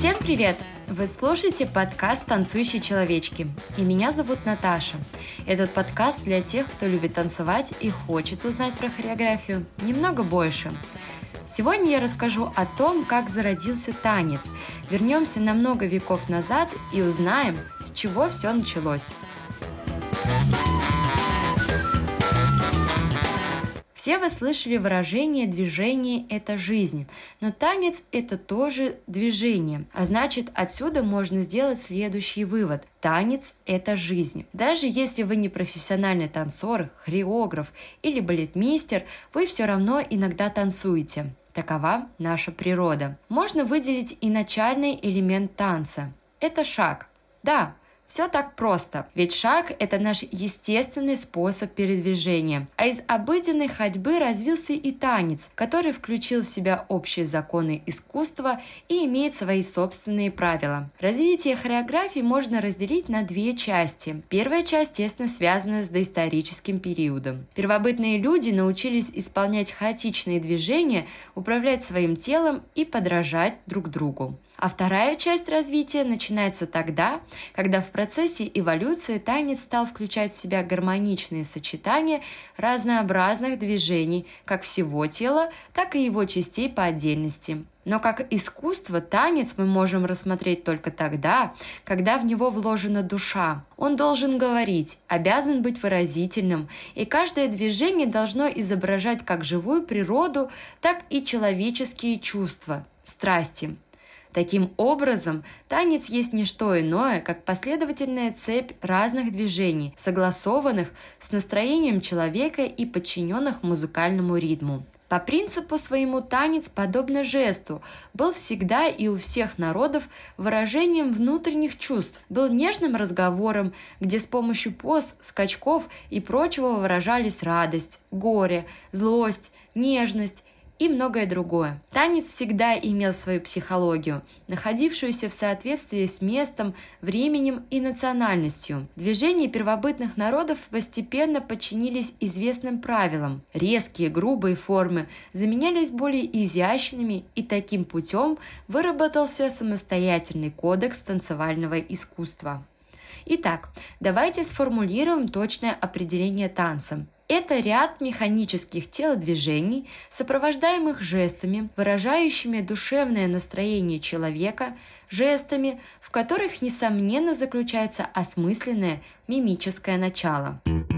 Всем привет! Вы слушаете подкаст «Танцующие человечки», и меня зовут Наташа. Этот подкаст для тех, кто любит танцевать и хочет узнать про хореографию немного больше. Сегодня я расскажу о том, как зародился танец, вернемся на много веков назад и узнаем, с чего все началось. Все вы слышали выражение «движение – это жизнь», но танец – это тоже движение, а значит, отсюда можно сделать следующий вывод – танец – это жизнь. Даже если вы не профессиональный танцор, хореограф или балетмейстер, вы все равно иногда танцуете. Такова наша природа. Можно выделить и начальный элемент танца – это шаг. Да, все так просто, ведь шаг – это наш естественный способ передвижения, а из обыденной ходьбы развился и танец, который включил в себя общие законы искусства и имеет свои собственные правила. Развитие хореографии можно разделить на две части. Первая часть, тесно связана с доисторическим периодом. Первобытные люди научились исполнять хаотичные движения, управлять своим телом и подражать друг другу. А вторая часть развития начинается тогда, когда в процессе эволюции танец стал включать в себя гармоничные сочетания разнообразных движений как всего тела, так и его частей по отдельности. Но как искусство танец мы можем рассмотреть только тогда, когда в него вложена душа. Он должен говорить, обязан быть выразительным, и каждое движение должно изображать как живую природу, так и человеческие чувства, страсти. Таким образом, танец есть не что иное, как последовательная цепь разных движений, согласованных с настроением человека и подчиненных музыкальному ритму. По принципу своему танец, подобно жесту, был всегда и у всех народов выражением внутренних чувств, был нежным разговором, где с помощью поз, скачков и прочего выражались радость, горе, злость, нежность и многое другое. Танец всегда имел свою психологию, находившуюся в соответствии с местом, временем и национальностью. Движения первобытных народов постепенно подчинились известным правилам. Резкие, грубые формы заменялись более изящными, и таким путем выработался самостоятельный кодекс танцевального искусства. Итак, давайте сформулируем точное определение танца. Это ряд механических телодвижений, сопровождаемых жестами, выражающими душевное настроение человека, жестами, в которых, несомненно, заключается осмысленное мимическое начало.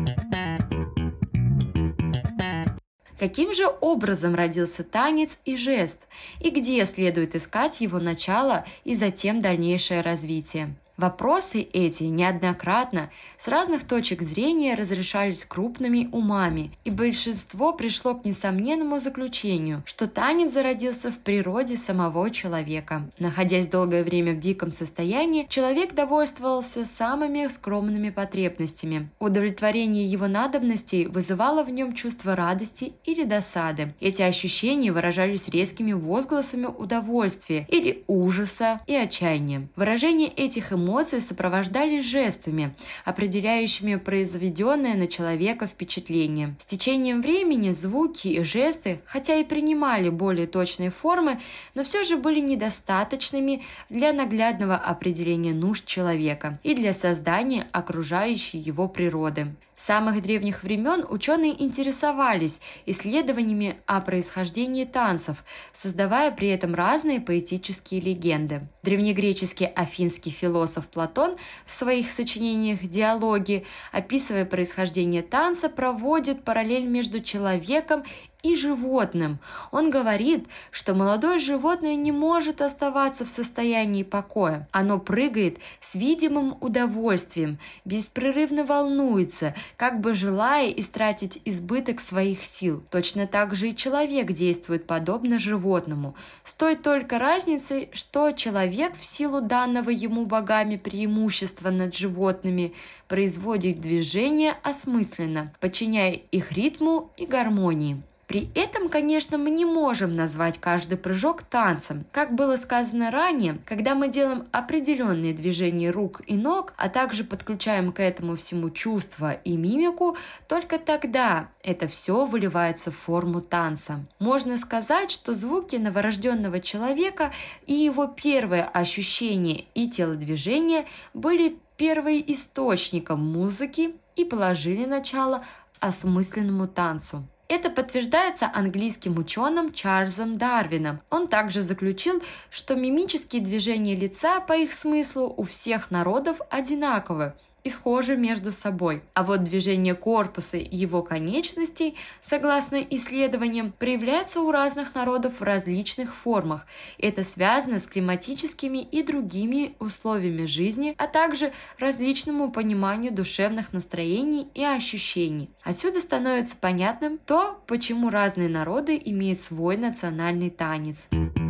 Каким же образом родился танец и жест, и где следует искать его начало и затем дальнейшее развитие? Вопросы эти неоднократно с разных точек зрения разрешались крупными умами, и большинство пришло к несомненному заключению, что танец зародился в природе самого человека. Находясь долгое время в диком состоянии, человек довольствовался самыми скромными потребностями. Удовлетворение его надобностей вызывало в нем чувство радости или досады. Эти ощущения выражались резкими возгласами удовольствия или ужаса и отчаяния. Выражение этих эмоций сопровождались жестами, определяющими произведенное на человека впечатление. С течением времени звуки и жесты, хотя и принимали более точные формы, но все же были недостаточными для наглядного определения нужд человека и для создания окружающей его природы. С самых древних времен ученые интересовались исследованиями о происхождении танцев, создавая при этом разные поэтические легенды. Древнегреческий афинский философ Платон в своих сочинениях «Диалоги», описывая происхождение танца, проводит параллель между человеком и животным. Он говорит, что молодое животное не может оставаться в состоянии покоя. Оно прыгает с видимым удовольствием, беспрерывно волнуется, как бы желая истратить избыток своих сил. Точно так же и человек действует подобно животному, с той только разницей, что человек в силу данного ему богами преимущества над животными производит движения осмысленно, подчиняя их ритму и гармонии. При этом, конечно, мы не можем назвать каждый прыжок танцем. Как было сказано ранее, когда мы делаем определенные движения рук и ног, а также подключаем к этому всему чувства и мимику, только тогда это все выливается в форму танца. Можно сказать, что звуки новорожденного человека и его первые ощущения и телодвижения были первоисточником музыки и положили начало осмысленному танцу. Это подтверждается английским ученым Чарльзом Дарвином. Он также заключил, что мимические движения лица по их смыслу у всех народов одинаковы и схожи между собой. А вот движение корпуса и его конечностей, согласно исследованиям, проявляются у разных народов в различных формах. Это связано с климатическими и другими условиями жизни, а также различному пониманию душевных настроений и ощущений. Отсюда становится понятным то, почему разные народы имеют свой национальный танец.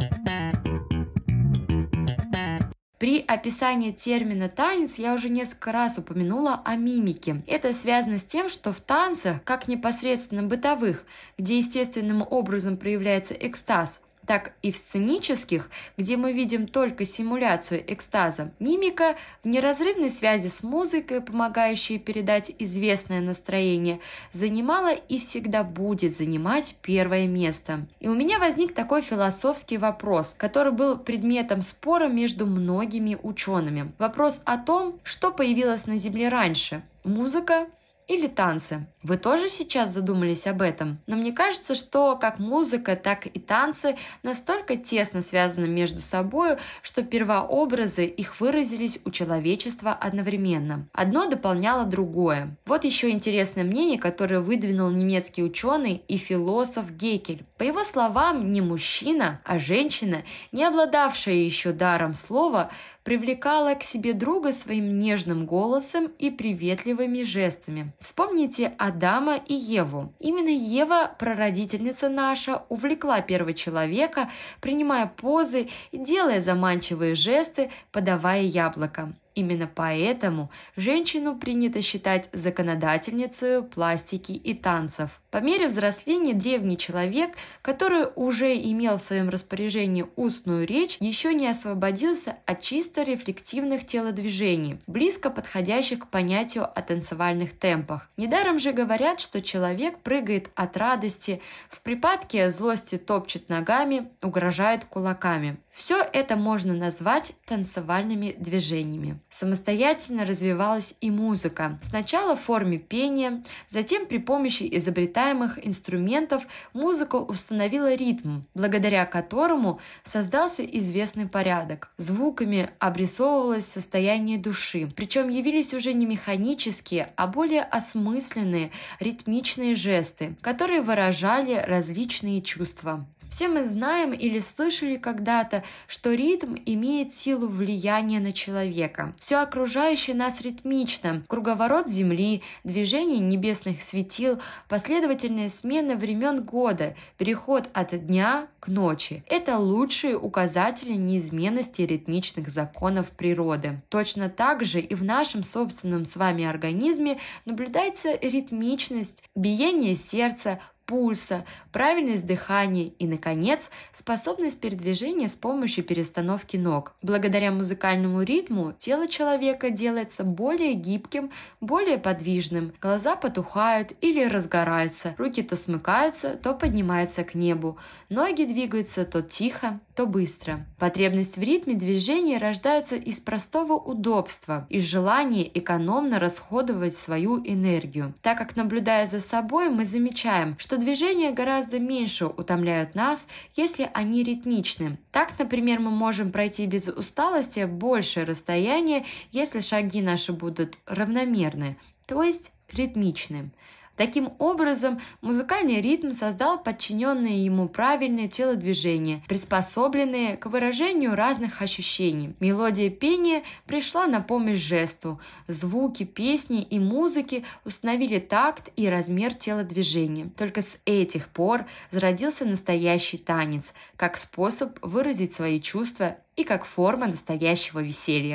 При описании термина «танец» я уже несколько раз упомянула о мимике. Это связано с тем, что в танцах, как непосредственно бытовых, где естественным образом проявляется экстаз, так и в сценических, где мы видим только симуляцию экстаза, мимика в неразрывной связи с музыкой, помогающей передать известное настроение, занимала и всегда будет занимать первое место. И у меня возник такой философский вопрос, который был предметом спора между многими учеными. Вопрос о том, что появилось на Земле раньше – музыка или танцы. Вы тоже сейчас задумались об этом? Но мне кажется, что как музыка, так и танцы настолько тесно связаны между собой, что первообразы их выразились у человечества одновременно. Одно дополняло другое. Вот еще интересное мнение, которое выдвинул немецкий ученый и философ Геккель. По его словам, не мужчина, а женщина, не обладавшая еще даром слова, привлекала к себе друга своим нежным голосом и приветливыми жестами. Вспомните Адама и Еву. Именно Ева, прародительница наша, увлекла первого человека, принимая позы и делая заманчивые жесты, подавая яблоко. Именно поэтому женщину принято считать законодательницей пластики и танцев. По мере взросления древний человек, который уже имел в своем распоряжении устную речь, еще не освободился от чисто рефлективных телодвижений, близко подходящих к понятию о танцевальных темпах. Недаром же говорят, что человек прыгает от радости, в припадке злости топчет ногами, угрожает кулаками. Все это можно назвать танцевальными движениями. Самостоятельно развивалась и музыка. Сначала в форме пения, затем при помощи изобретаемых инструментов музыка установила ритм, благодаря которому создался известный порядок. Звуками обрисовывалось состояние души, причем явились уже не механические, а более осмысленные ритмичные жесты, которые выражали различные чувства. Все мы знаем или слышали когда-то, что ритм имеет силу влияния на человека. Все окружающее нас ритмично. Круговорот Земли, движение небесных светил, последовательная смена времен года, переход от дня к ночи. Это лучшие указатели неизменности ритмичных законов природы. Точно так же и в нашем собственном с вами организме наблюдается ритмичность, биение сердца, пульса, правильность дыхания и, наконец, способность передвижения с помощью перестановки ног. Благодаря музыкальному ритму тело человека делается более гибким, более подвижным. Глаза потухают или разгораются, руки то смыкаются, то поднимаются к небу, ноги двигаются то тихо, то быстро. Потребность в ритме движения рождается из простого удобства, из желания экономно расходовать свою энергию. Так как, наблюдая за собой, мы замечаем, что движения гораздо меньше утомляют нас, если они ритмичны. Так, например, мы можем пройти без усталости большее расстояние, если шаги наши будут равномерны, то есть ритмичны. Таким образом, музыкальный ритм создал подчиненные ему правильные телодвижения, приспособленные к выражению разных ощущений. Мелодия пения пришла на помощь жесту. Звуки, песни и музыки установили такт и размер телодвижения. Только с этих пор зародился настоящий танец, как способ выразить свои чувства и как форма настоящего веселья.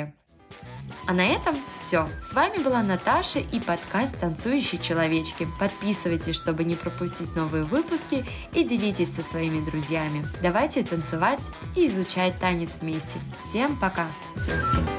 А на этом все. С вами была Наташа и подкаст «Танцующие человечки». Подписывайтесь, чтобы не пропустить новые выпуски, и делитесь со своими друзьями. Давайте танцевать и изучать танец вместе. Всем пока!